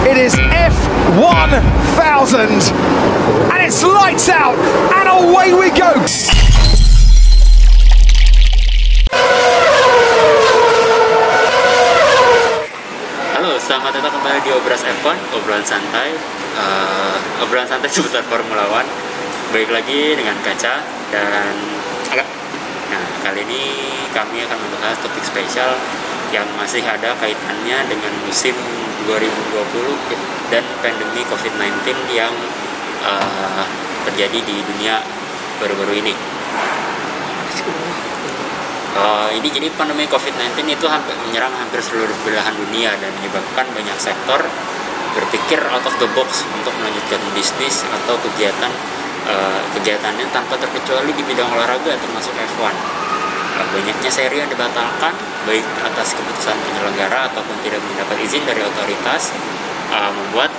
It is F1000, and it's lights out, and away we go. Halo, selamat datang kembali di Obras F1, obrolan santai seputar Formula One. Baik lagi dengan Kaca dan Agak. Nah, kali ini kami akan membahas topik spesial yang masih ada kaitannya dengan musim 2020 dan pandemi COVID-19 yang terjadi di dunia baru-baru ini. Ini jadi pandemi COVID-19 itu menyerang hampir seluruh belahan dunia dan menyebabkan banyak sektor berpikir out of the box untuk melanjutkan bisnis atau kegiatannya tanpa terkecuali di bidang olahraga termasuk F1. Banyaknya seri yang dibatalkan baik atas keputusan penyelenggara ataupun tidak mendapat izin dari otoritas membuat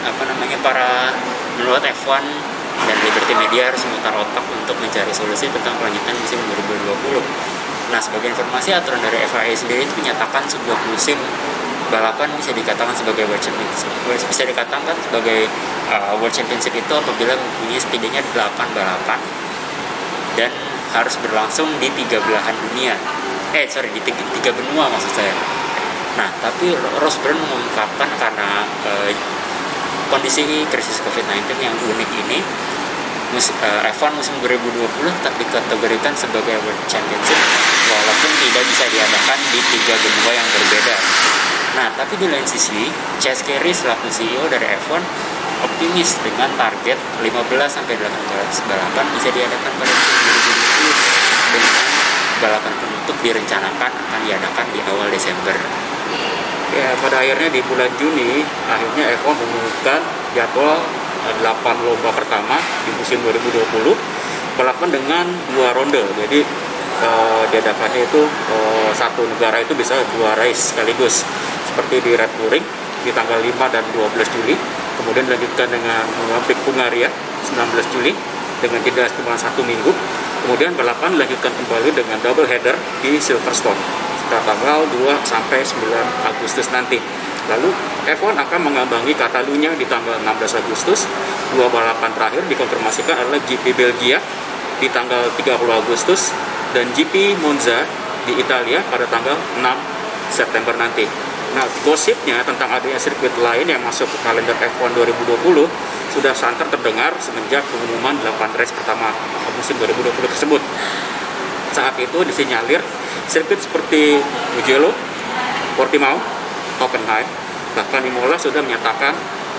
F1 dan Liberty Media harus memutar otak untuk mencari solusi tentang kelanjutan musim 2020. Nah, sebagai informasi, aturan dari FIA sendiri itu menyatakan sebuah musim balapan bisa dikatakan sebagai World Championship. Bisa dikatakan sebagai World Championship itu apabila mempunyai setidaknya 8 balapan dan harus berlangsung di 3 belahan dunia. Di 3 benua maksud saya. Nah, tapi Ross Brown mengungkapkan karena kondisi krisis COVID-19 yang unik ini, F1 musim 2020 tetap dikategorikan sebagai World Championship walaupun tidak bisa diadakan di 3 benua yang berbeda. Nah, tapi di lain sisi, Chase Carey selaku CEO dari F1 optimis dengan target 15-18 balapan bisa diadakan pada musim 2020 dengan balapan penutup direncanakan akan diadakan di awal Desember. Ya, pada akhirnya di bulan Juni, akhirnya F1 mengumumkan jadwal 8 lomba pertama di musim 2020 balapan dengan 2 ronde. Jadi diadakannya itu satu negara itu bisa 2 race sekaligus seperti di Red Bull Ring di tanggal 5 dan 12 Juli, kemudian dilanjutkan dengan Grand Prix Hungaria 19 Juli dengan jeda cuma 1 minggu, kemudian balapan dilanjutkan kembali dengan double header di Silverstone sekitar tanggal 2 sampai 9 Agustus nanti. Lalu F1 akan mengambangi Catalunya di tanggal 16 Agustus. 2 balapan terakhir dikonfirmasikan adalah GP Belgia di tanggal 30 Agustus dan GP Monza di Italia pada tanggal 6 September nanti. Nah, gosipnya tentang adanya sirkuit lain yang masuk ke kalender F1 2020 sudah santer terdengar semenjak pengumuman 8 race pertama musim 2020 tersebut. Saat itu disinyalir sirkuit seperti Mugello, Portimao, Hockenheim, bahkan Imola sudah menyatakan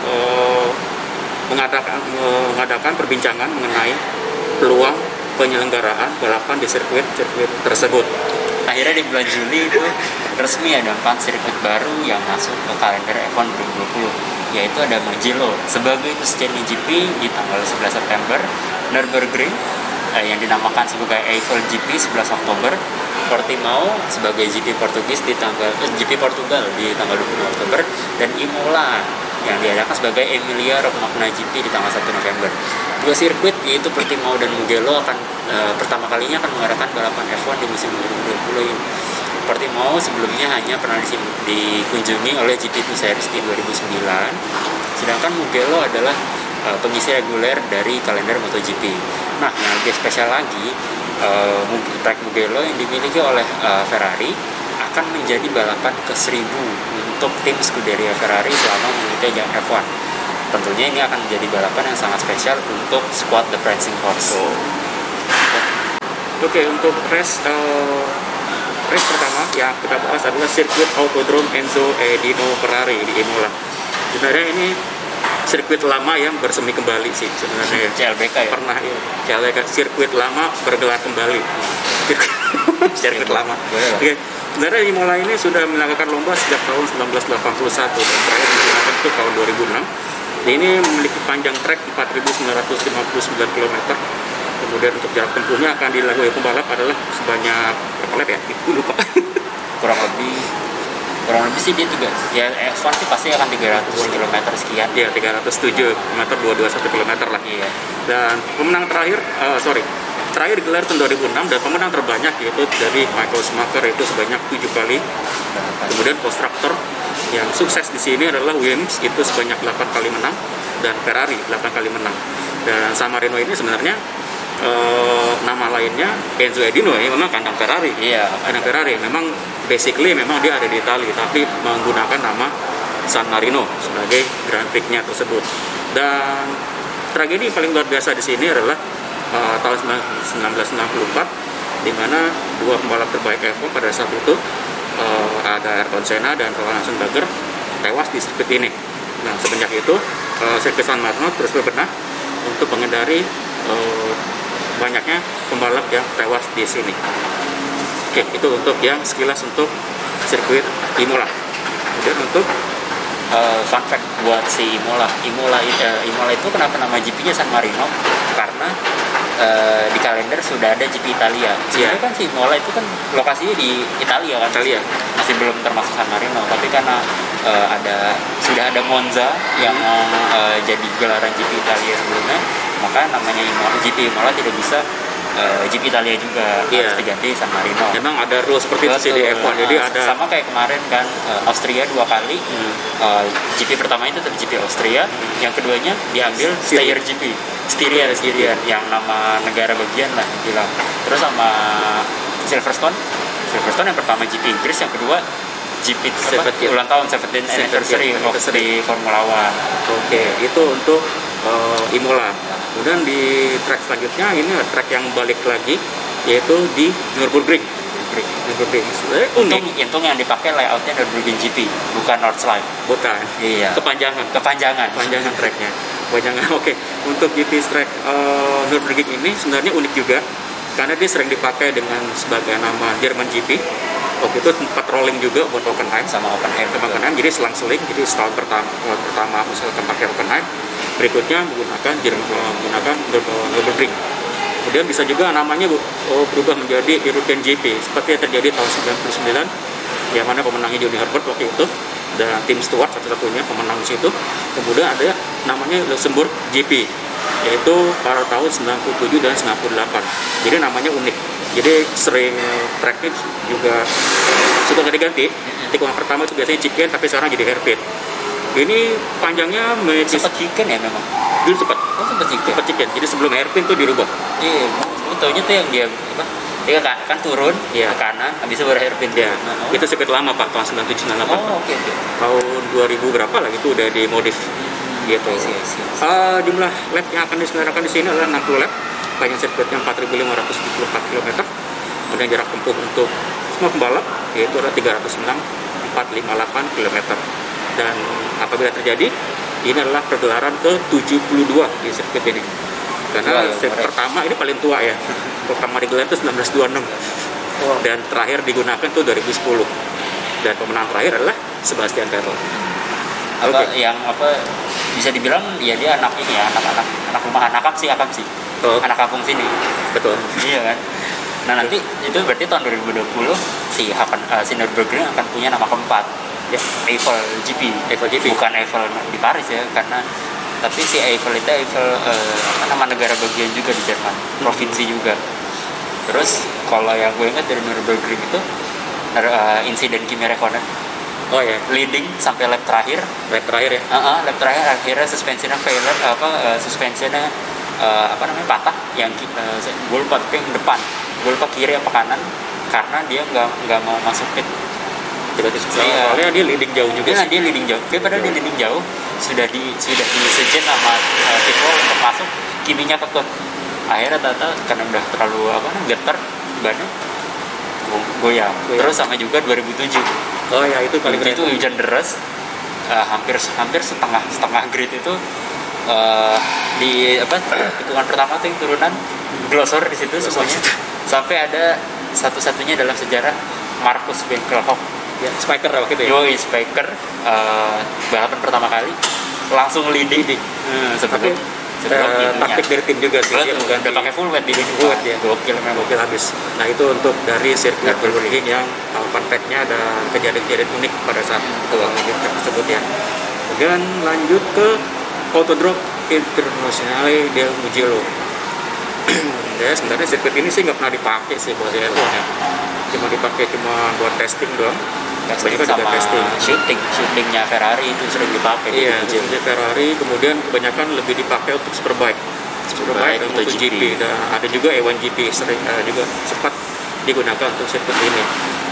mengadakan perbincangan mengenai peluang penyelenggaraan balapan di sirkuit tersebut. Akhirnya di bulan Juli itu resmi ada 4 sirkuit baru yang masuk ke kalender F1 2020, yaitu ada Mugello sebagai Tuscany GP di tanggal 11 September, Nürburgring yang dinamakan sebagai Eiffel GP 11 Oktober, Portimao sebagai GP Portugal di tanggal 20 Oktober, dan Imola yang diadakan sebagai Emilia Romagna GP di tanggal 1 November. 2 sirkuit yaitu Portimao dan Mugello akan pertama kalinya akan mengadakan balapan F1 di musim 2020 ini. Portimao sebelumnya hanya pernah dikunjungi oleh GP2 Series di 2009, sedangkan Mugello adalah pengisi reguler dari kalender MotoGP. Nah, yang lebih spesial lagi, track Mugello yang dimiliki oleh Ferrari akan menjadi balapan ke-1000 untuk tim Scuderia Ferrari selama mengikuti ajang F1. Tentunya ini akan menjadi balapan yang sangat spesial untuk squad The Prancing Horse. Oke, untuk race pertama yang kita bahas adalah sirkuit Autodrome Enzo Edino Ferrari di Imola. Sebenarnya ini sirkuit lama yang bersemi kembali sih sebenarnya. CLBK ya? Pernah ya, CLBK, sirkuit lama bergelar kembali. Sirkuit lama. Oke. Sebenarnya Imola ini sudah melakukan lomba sejak tahun 1981 dan terakhir digunakan itu tahun 2006. Ini memiliki panjang trek 4.959 km. Kemudian untuk jarak tempuhnya akan dilalui pembalap adalah sebanyak berapa lap ya? Aku lupa. kurang lebih sih dia juga ya F1 sih pasti akan 300 km sekian. Iya, 307 km, 221 km lah. Iya. Dan pemenang terakhir digelar tahun 2006 dan pemenang terbanyak yaitu dari Michael Schumacher itu sebanyak 7 kali. Kemudian konstruktor Yang sukses di sini adalah Williams itu sebanyak 8 kali menang dan Ferrari 8 kali menang. Dan San Marino ini sebenarnya nama lainnya Enzo Edino ya, memang kandang Ferrari. Iya, Kandang Ferrari. Memang basically memang dia ada di Italia, tapi menggunakan nama San Marino sebagai Grand Prix-nya tersebut. Dan tragedi yang paling luar biasa di sini adalah tahun 1994, di mana dua pembalap terbaik F1 pada saat itu ada Ayrton Senna dan Roland Ratzenberger tewas di sirkuit ini. Nah, semenjak itu sirkuit San Marino terus berbenah untuk menghindari banyaknya pembalap yang tewas di sini. Oke, itu untuk yang sekilas untuk sirkuit Imola. Kemudian untuk fun fact buat si Imola itu kenapa nama GP-nya San Marino? Karena di kalender sudah ada GP Italia. Sebenarnya kan si Imola itu kan lokasinya di Italia kan. Italia. Masih belum termasuk San Marino, tapi karena sudah ada Monza yang jadi gelaran GP Italia sebelumnya, maka namanya GP Imola tidak bisa GP Italia juga, harus diganti San Marino. Memang ada rule seperti itu sih di F1. Jadi ada sama kayak kemarin kan Austria 2 kali. GP pertama itu GP Austria, yang keduanya diambil Steyr GP, Styrian yang nama negara bagian lah bilang. Terus sama Silverstone yang pertama GP Inggris, yang kedua GP ulang tahun 17th anniversary of the Formula One. Oke, itu untuk Imola. Kemudian di track selanjutnya ini track yang balik lagi, yaitu di Nürburgring. Untung yang dipakai layoutnya Nürburgring GP, bukan Nordschleife. Bukan. Iya. Kepanjangan tracknya. Oke. Untuk GP track Nürburgring ini sebenarnya unik juga, karena dia sering dipakai dengan sebagai nama German GP. Waktu itu sempat rolling juga buat Hockenheim sama Hockenheim. Jadi selang-seling. Jadi setahun pertama misalkan pakai Hockenheim, berikutnya menggunakan Nürburgring. Kemudian bisa juga namanya berubah menjadi European GP, seperti yang terjadi tahun 99, yang mana pemenangnya Johnny Herbert waktu itu, dan Tim Stewart satu-satunya pemenang di situ. Kemudian ada namanya Luxembourg GP, yaitu pada tahun 97 dan 98. Jadi namanya unik. Jadi sering tracknya juga suka ganti-ganti. Tikungan pertama itu biasanya chicken, tapi sekarang jadi hairpin. Ini panjangnya sempat chicken ya memang. Dulu sempat chicken. Jadi sebelum hairpin tuh dirubah. Iya, taunya tuh yang dia apa? Dia kan turun ke kanan, habis itu baru hairpin dia. Itu sirkuit lama Pak, tahun 97 98. Oke. Tahun 2000 berapa lah itu udah dimodif. Gitu. Jumlah lap yang akan diselenggarakan di sini adalah 60 lap. Panjang sirkuitnya 4.574 km. Kemudian jarak tempuh untuk semua pembalap yaitu adalah 306.458 km. Dan apabila terjadi, ini adalah pergelaran ke-72 di sirkuit ini. Karena sirkuit pertama ini paling tua ya. Pertama digelar itu 1926. Dan terakhir digunakan tuh 2010. Dan pemenang terakhir adalah Sebastian Vettel. Bisa dibilang ya dia anak anak rumahan, akam sih. Anak kampung sini. Betul. Iya kan. Nah nanti itu berarti tahun 2020 si Nürburgring akan punya nama keempat, ya, Eiffel GP. Bukan Eiffel di Paris ya, tapi si Eiffel itu nama negara bagian juga di Jerman, provinsi juga. Terus kalau yang gue ingat dari Nürburgring itu insiden Kimi Räikkönen. Oh ya, leading sampai lap terakhir ya. Lap terakhir akhirnya suspensinya patah, yang gue lupa tapi yang depan, gue lupa kiri apa kanan, karena dia nggak mau masuk pit. Soalnya dia leading jauh juga. Dia leading jauh. Padahal dia leading jauh, sudah disejen sama pit wall untuk masuk, Kiminya kekeh. Akhirnya karena udah terlalu getar bannya, goyang. Terus sama juga 2007. Oh ya, itu paling itu hujan deras, hampir setengah grid itu di hitungan pertama tuh yang turunan glosor di situ semuanya, sampai ada satu-satunya dalam sejarah Markus Winkelhock ya, Spiker waktu itu ya. Spiker balapan pertama kali langsung leading. Tapi taktik dari tim juga sih, dia udah pakai full wet di full ya. Gokil habis. Nah itu untuk dari sirkuit Nürburgring yang fun fact-nya ada kejadian-kejadian unik pada saat tersebut ya. Kemudian lanjut ke Autodrome Internazionale del Mugello. Ya sebenarnya sirkuit ini sih nggak pernah dipakai sih buat F1 ya. Cuma dipakai buat testing doang. testing Kebanyakan juga sama testing. syutingnya Ferrari itu sering dipakai di Iya, MotoGP. khususnya Ferrari, kemudian kebanyakan lebih dipakai untuk Superbike dan MotoGP. Dan ada juga A1GP sering juga sempat digunakan untuk sirkuit ini.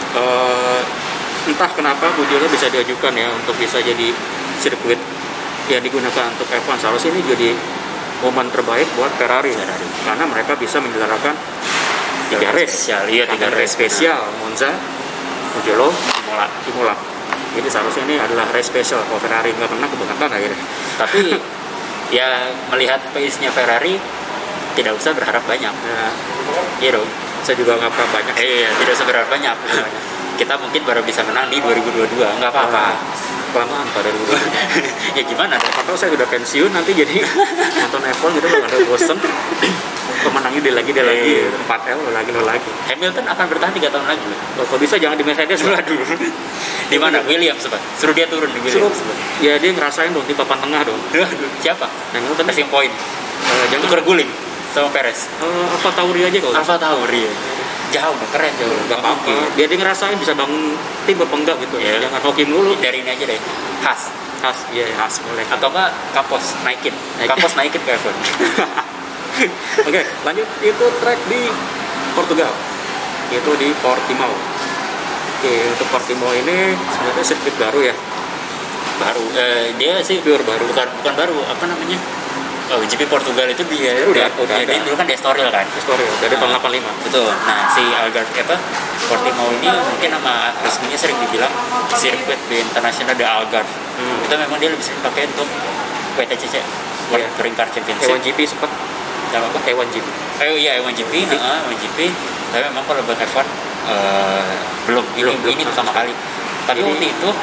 Entah kenapa Mugello bisa diajukan ya untuk bisa jadi sirkuit yang digunakan untuk F1. Seharusnya ini jadi momen terbaik buat Ferrari. Karena mereka bisa menyelenggarakan 3 race. Iya, 3 race spesial, Monza, Mugello, Imola. Jadi seharusnya ini adalah race spesial. Kalau Ferrari nggak pernah kebangetan akhirnya. Tapi ya melihat pace-nya Ferrari tidak usah berharap banyak. Nah, Iya dong. saya juga nggak pernah banyak. Iya, tidak usah berharap banyak. Kita mungkin baru bisa menang di 2022, nggak apa-apa. Kelamaan pada dulu. Ya gimana dong? Atau saya udah pensiun nanti jadi nonton F1 gitu nggak ada bosen. Pemenangnya dia lagi 4L lo lagi. Hamilton akan bertahan 3 tahun lagi. Kalau bisa jangan di Mercedes. Waduh. Di mana? Williams, Pak. Suruh dia turun di Williams. Ya dia ngerasain dong di papan tengah dong. Waduh, siapa? Hamilton Racing Point. jangan Tuker guling sama Perez. Alfa Tauri aja kalau. Alfa Tauri. Jauh, keren jauh. Gak apa-apa. Dia ngerasain bisa bangun tim apa enggak gitu. Yeah. Jangan hoki melulu. Dari ini aja deh. Khas. Iya, khas boleh. Atau enggak Campos naikin. Campos naikin ke F1. Oke, lanjut itu track di Portugal. Itu di Portimao. Oke, untuk Portimao ini sebenarnya sirkuit baru ya. Baru. Dia sih Pure baru. bukan baru, apa namanya? Oh, GP Portugal itu dia Udah dia ada. dulu kan di Estoril kan. Historia dari tahun 85. Betul. Nah, si Algarve Portimao ini mungkin nama resminya sering dibilang sirkuit di internasional de Algarve. Itu memang dia lebih sering pakai untuk WTCC, World Iya. Touring Car Championship. A1GP sempat Sama apa? A1GP. Iya, A1GP, A1GP. Tapi memang kalau buat F1 belum. Ini pertama kali. Tapi Jadi- waktu itu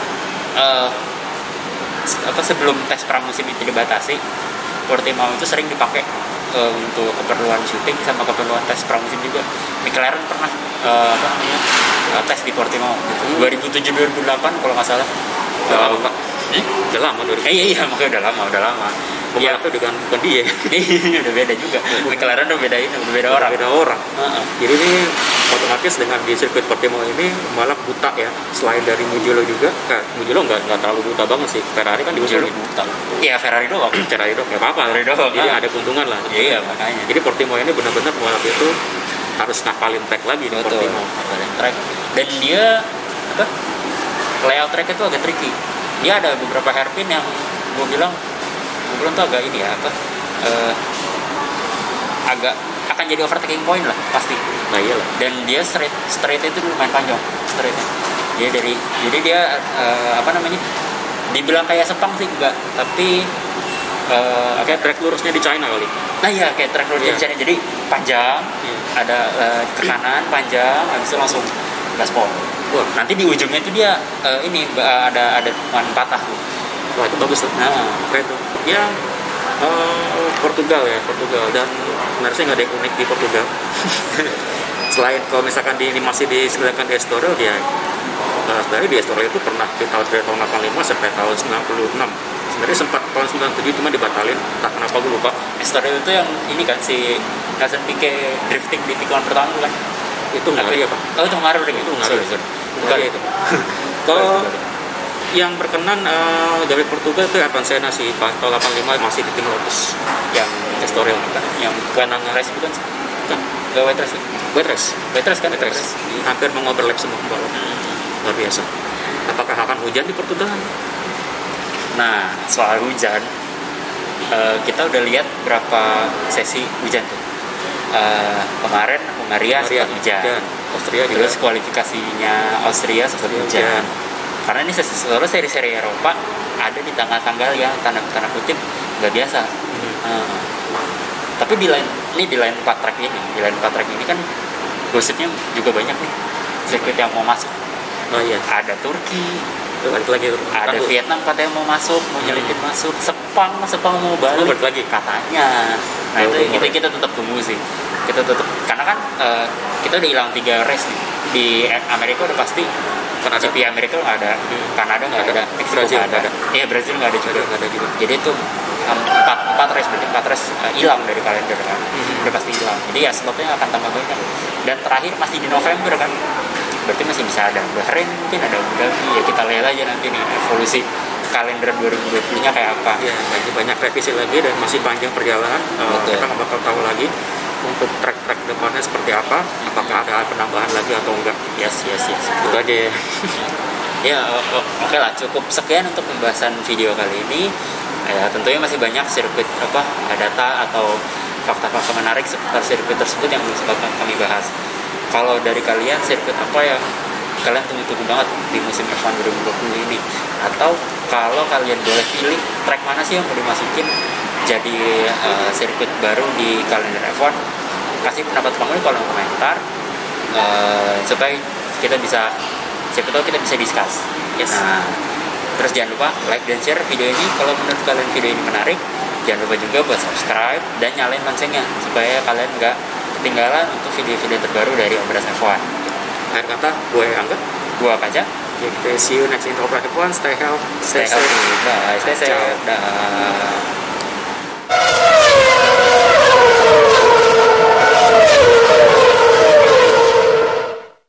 sebelum tes pramusim itu dibatasi, Portimao itu sering dipakai untuk keperluan syuting sama keperluan tes pramusim juga. McLaren pernah tes di Portimao 2007-2008 kalau nggak salah. Udah lama, Pak. Udah lama 2000. Iya, makanya udah lama. Iya, Pembalapnya bukan dia. udah beda juga. McLaren udah beda orang. Beda orang. Jadi ini otomatis dengan di sirkuit Portimao ini balap buta ya. Selain dari Mugello juga, Mugello nggak terlalu buta banget sih. Ferrari kan diusul buta. Iya, Ferrari doang. Ferrari dong, nggak apa-apa. Ferrari doang. Jadi ada keuntungan lah. Iya, makanya. Jadi Portimao ini benar-benar balap itu harus ngapalin track lagi di Betul. Portimao. Track. Dan dia layout track itu agak tricky. Dia ada beberapa hairpin yang gue bilang tuh agak ini ya agak akan jadi overtaking point lah pasti. Nah iyalah. Dan dia straight itu lumayan panjang straightnya. Jadi dia dibilang kayak Sepang sih enggak, tapi Kayak track lurusnya di China kali. nah iya kayak track road Iya. jadi panjang, ada ke kanan panjang, habis itu langsung gaspol. Wah, Nanti di ujungnya itu dia ada tikungan patah tuh. wah itu bagus tuh. Nah, Keren tuh. Ya Portugal dan sebenarnya nggak ada yang unik di Portugal. Selain kalau misalkan ini masih disediakan di Estoril dia sebenarnya di Estoril itu pernah di tahun 85 sampai tahun 96. Sebenarnya sempat tahun 97 cuma dibatalin, tak kenapa gue lupa. Estoril itu yang ini kan si Nelson Piquet drifting di tikungan pertama kan. Itu nggak ada apa? Oh itu ngaruh deh. Itu nggak Sorry. ada. Bukan Bukan itu. Kalau yang berkenan dari Portugal itu Ayrton Senna sih, pas tahun 85 masih di tim Lotus yang Estoril. yang bukan race bukan sih. Kan Gak white race. Wet race. White race kan Race. Hampir mengoverlap semua pembalap. Luar biasa. Apakah akan hujan di Portugal? Nah, soal hujan, kita udah lihat berapa sesi hujan tuh. Kemarin Hungaria sempat hujan. Austria juga. Terus kualifikasinya Austria sempat hujan. Karena ini selalu seri-seri Eropa ada di tanggal-tanggal yang tanda kutip nggak biasa. Tapi di line 4 track ini kan gosipnya juga banyak nih sirkuit yang mau masuk. Oh iya. Ada Turki, Balik lagi. ada Vietnam katanya mau masuk, mau nyelipin masuk, Sepang mau balik, balik lagi katanya. Nah Oh, itu kita tetap tunggu sih. Kita tetap karena kan kita udah hilang 3 race nih. Di Amerika udah pasti. Kanada. GP Amerika nggak ada, Kanada nggak ada, Meksiko Brazil nggak ada. Iya Brazil nggak ada juga. Ada juga. Jadi itu 4 race berarti 4 race hilang dari kalender kan. Udah pasti hilang. Jadi ya slotnya akan tambah banyak. Dan terakhir masih di November kan. berarti masih bisa ada Bahrain, mungkin ada Abu Dhabi. Ya kita lihat aja nanti nih evolusi kalender 2020-nya kayak apa. Ya, jadi banyak revisi lagi dan masih panjang perjalanan. Betul. Kita nggak bakal tahu lagi untuk track-track depannya seperti apa, apakah ada penambahan lagi atau enggak. Yes. Itu aja ya. Ya, oke lah, cukup sekian untuk pembahasan video kali ini. Ya, tentunya masih banyak sirkuit data atau fakta-fakta menarik seputar sirkuit tersebut yang belum sempat kami bahas. Kalau dari kalian, sirkuit apa yang kalian tunggu-tunggu banget di musim F1 2020 ini? Atau kalau kalian boleh pilih, track mana sih yang mau dimasukin jadi sirkuit baru di kalender F1? Kasih pendapat kamu di kolom komentar supaya kita bisa, siapa tahu kita bisa discuss. Yes. Nah, terus jangan lupa like dan share video ini kalau menurut kalian video ini menarik. Jangan lupa juga buat subscribe dan nyalain loncengnya supaya kalian nggak ketinggalan untuk video-video terbaru dari Obras F1. Akhir kata, gue Angga. Gua Kaca. Ya, kita see you next in Obras F1. Stay healthy. Stay healthy. Bye. Stay safe. Ciao. Dah.